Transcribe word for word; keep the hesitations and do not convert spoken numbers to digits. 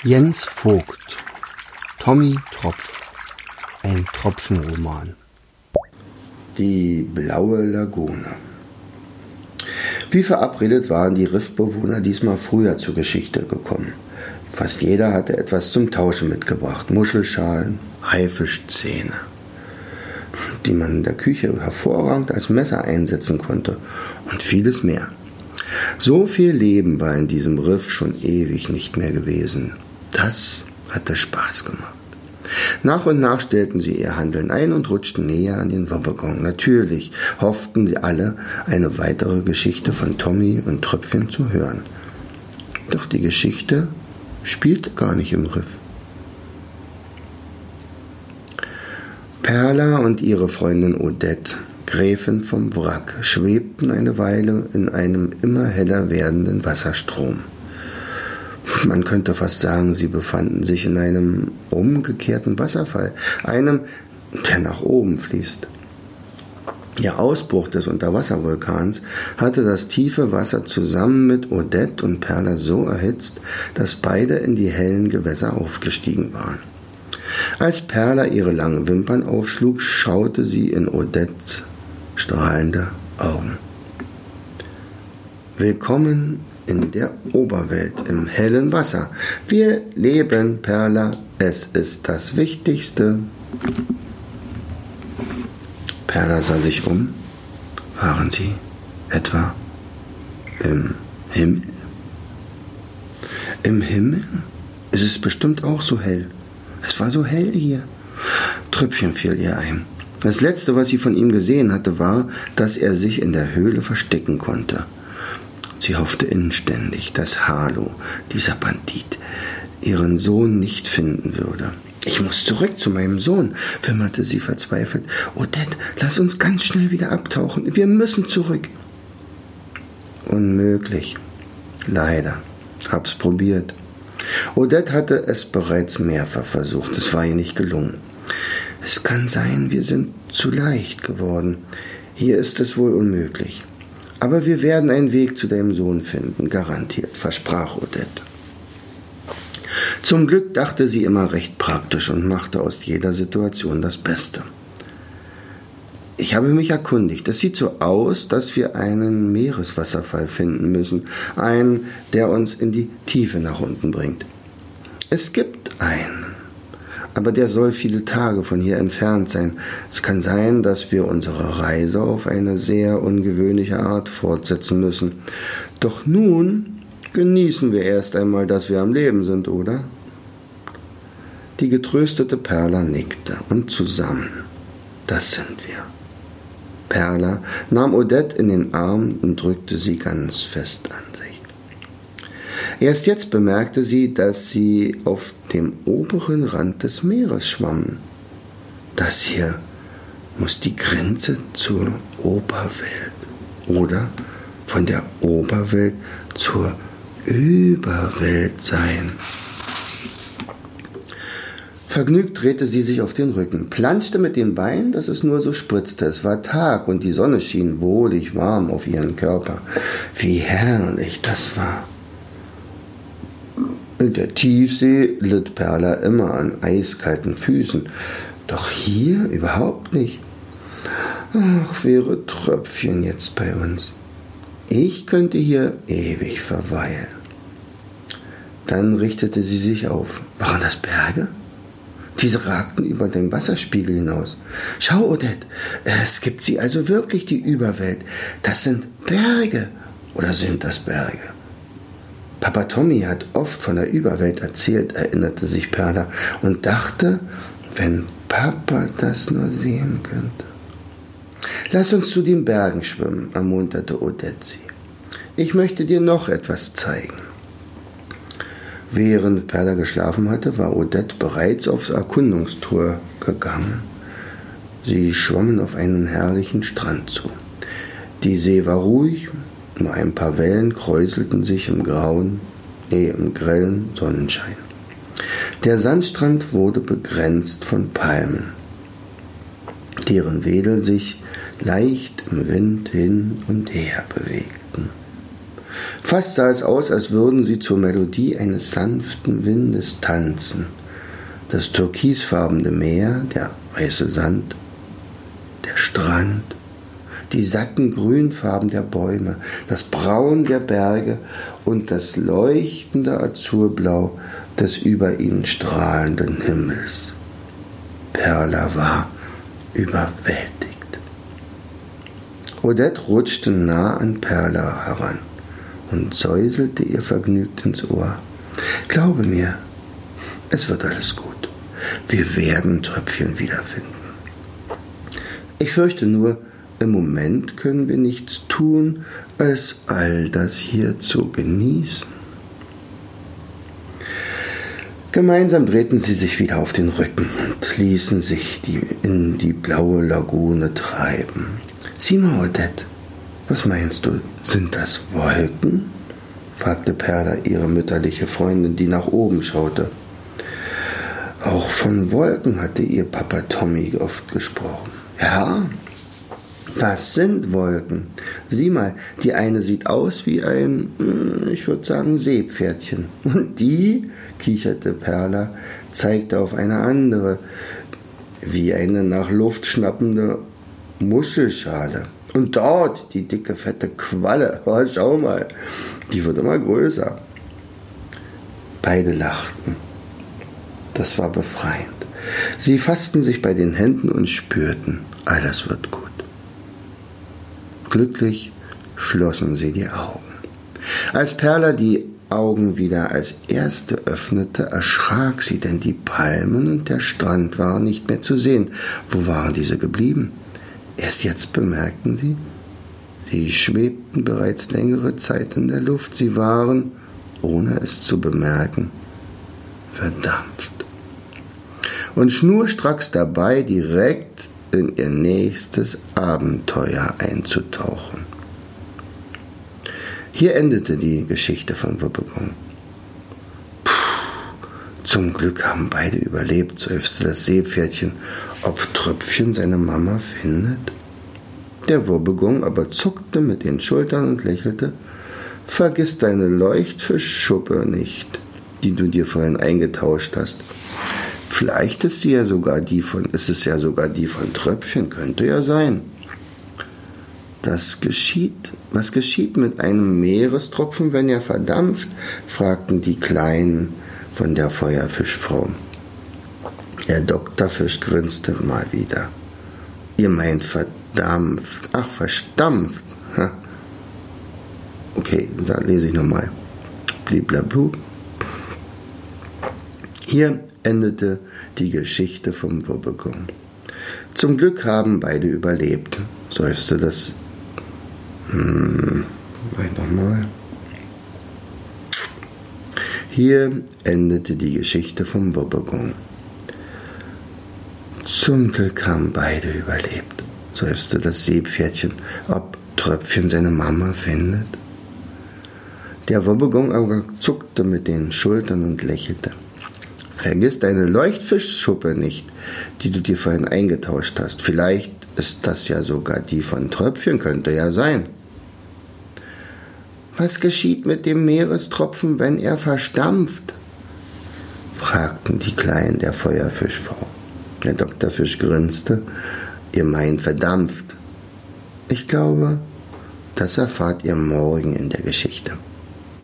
Jens Vogt, Tommy Tropf, ein Tropfenroman. Die blaue Lagune. Wie verabredet waren die Riffbewohner diesmal früher zur Geschichte gekommen. Fast jeder hatte etwas zum Tauschen mitgebracht. Muschelschalen, Haifischzähne, die man in der Küche hervorragend als Messer einsetzen konnte und vieles mehr. So viel Leben war in diesem Riff schon ewig nicht mehr gewesen. Das hatte Spaß gemacht. Nach und nach stellten sie ihr Handeln ein und rutschten näher an den Wabbergong. Natürlich hofften sie alle, eine weitere Geschichte von Tommy und Tröpfchen zu hören. Doch die Geschichte spielte gar nicht im Riff. Perla und ihre Freundin Odette, Gräfin vom Wrack, schwebten eine Weile in einem immer heller werdenden Wasserstrom. Man könnte fast sagen, sie befanden sich in einem umgekehrten Wasserfall, einem, der nach oben fließt. Der Ausbruch des Unterwasservulkans hatte das tiefe Wasser zusammen mit Odette und Perla so erhitzt, dass beide in die hellen Gewässer aufgestiegen waren. Als Perla ihre langen Wimpern aufschlug, schaute sie in Odettes strahlende Augen. Willkommen in der Oberwelt, im hellen Wasser. Wir leben, Perla, es ist das Wichtigste. Perla sah sich um. Waren sie etwa im Himmel? Im Himmel ist es bestimmt auch so hell. Es war so hell hier. Tröpfchen fiel ihr ein. Das Letzte, was sie von ihm gesehen hatte, war, dass er sich in der Höhle verstecken konnte. Sie hoffte inständig, dass Harlow, dieser Bandit, ihren Sohn nicht finden würde. »Ich muss zurück zu meinem Sohn«, wimmerte sie verzweifelt. »Odette, lass uns ganz schnell wieder abtauchen. Wir müssen zurück.« Unmöglich. Leider. Hab's probiert. Odette hatte es bereits mehrfach versucht. Es war ihr nicht gelungen. »Es kann sein, wir sind zu leicht geworden. Hier ist es wohl unmöglich. Aber wir werden einen Weg zu deinem Sohn finden, garantiert«, versprach Odette. Zum Glück dachte sie immer recht praktisch und machte aus jeder Situation das Beste. »Ich habe mich erkundigt. Es sieht so aus, dass wir einen Meereswasserfall finden müssen, einen, der uns in die Tiefe nach unten bringt. Es gibt einen, aber der soll viele Tage von hier entfernt sein. Es kann sein, dass wir unsere Reise auf eine sehr ungewöhnliche Art fortsetzen müssen. Doch nun genießen wir erst einmal, dass wir am Leben sind, oder?« Die getröstete Perla nickte und zusammen, das sind wir. Perla nahm Odette in den Arm und drückte sie ganz fest an sich. Erst jetzt bemerkte sie, dass sie auf dem oberen Rand des Meeres schwammen. Das hier muss die Grenze zur Oberwelt oder von der Oberwelt zur Überwelt sein. Vergnügt drehte sie sich auf den Rücken, planschte mit den Beinen, dass es nur so spritzte. Es war Tag und die Sonne schien wohlig warm auf ihren Körper. Wie herrlich das war. In der Tiefsee litt Perla immer an eiskalten Füßen, doch hier überhaupt nicht. Ach, wäre Tröpfchen jetzt bei uns. Ich könnte hier ewig verweilen. Dann richtete sie sich auf. Waren das Berge? Diese ragten über den Wasserspiegel hinaus. Schau, Odette, es gibt sie also wirklich, die Überwelt. Das sind Berge. Oder sind das Berge? Papa Tommy hat oft von der Überwelt erzählt, erinnerte sich Perla und dachte, wenn Papa das nur sehen könnte. Lass uns zu den Bergen schwimmen, ermunterte Odette sie. Ich möchte dir noch etwas zeigen. Während Perla geschlafen hatte, war Odette bereits aufs Erkundungstour gegangen. Sie schwammen auf einen herrlichen Strand zu. Die See war ruhig, nur ein paar Wellen kräuselten sich im grauen, nee, im grellen Sonnenschein. Der Sandstrand wurde begrenzt von Palmen, deren Wedel sich leicht im Wind hin und her bewegten. Fast sah es aus, als würden sie zur Melodie eines sanften Windes tanzen. Das türkisfarbene Meer, der weiße Sand, der Strand, die satten Grünfarben der Bäume, das Braun der Berge und das leuchtende Azurblau des über ihnen strahlenden Himmels. Perla war überwältigt. Odette rutschte nah an Perla heran und säuselte ihr vergnügt ins Ohr. Glaube mir, es wird alles gut. Wir werden Tröpfchen wiederfinden. Ich fürchte nur, im Moment können wir nichts tun, als all das hier zu genießen. Gemeinsam drehten sie sich wieder auf den Rücken und ließen sich die, in die blaue Lagune treiben. Sieh mal, Odette, was meinst du, sind das Wolken? Fragte Perla ihre mütterliche Freundin, die nach oben schaute. Auch von Wolken hatte ihr Papa Tommy oft gesprochen. Ja, das sind Wolken. Sieh mal, die eine sieht aus wie ein, ich würde sagen, Seepferdchen. Und die, kicherte Perla, zeigte auf eine andere, wie eine nach Luft schnappende Muschelschale. Und dort die dicke, fette Qualle. Oh, schau mal, die wird immer größer. Beide lachten. Das war befreiend. Sie fassten sich bei den Händen und spürten, alles wird gut. Glücklich schlossen sie die Augen. Als Perla die Augen wieder als erste öffnete, erschrak sie, denn die Palmen und der Strand waren nicht mehr zu sehen. Wo waren diese geblieben? Erst jetzt bemerkten sie, sie schwebten bereits längere Zeit in der Luft. Sie waren, ohne es zu bemerken, verdampft. Und schnurstracks dabei, direkt in ihr nächstes Abenteuer einzutauchen. Hier endete die Geschichte von Wobbegong. Puh, zum Glück haben beide überlebt, seufzte das Seepferdchen. Ob Tröpfchen seine Mama findet? Der Wobbegong aber zuckte mit den Schultern und lächelte. Vergiss deine Leuchtfischschuppe nicht, die du dir vorhin eingetauscht hast. Vielleicht ist sie ja sogar die von, ist es ja sogar die von Tröpfchen, könnte ja sein. Das geschieht, was geschieht mit einem Meerestropfen, wenn er verdampft? Fragten die Kleinen von der Feuerfischfrau. Der Doktorfisch grinste mal wieder. Ihr meint verdampft, ach verstampft. Ha. Okay, da lese ich nochmal. Bliblablu. Hier endete die Geschichte vom Wobbegong. Zum Glück haben beide überlebt, seufzte das. Hm, nochmal. Hier endete die Geschichte vom Wobbegong. Zum Glück haben beide überlebt, seufzte das Seepferdchen. Ob Tröpfchen seine Mama findet? Der Wobbegong aber zuckte mit den Schultern und lächelte. Vergiss deine Leuchtfischschuppe nicht, die du dir vorhin eingetauscht hast. Vielleicht ist das ja sogar die von Tröpfchen, könnte ja sein. Was geschieht mit dem Meerestropfen, wenn er verstampft? Fragten die Kleinen der Feuerfischfrau. Der Doktorfisch grinste. Ihr meint verdampft. Ich glaube, das erfahrt ihr morgen in der Geschichte.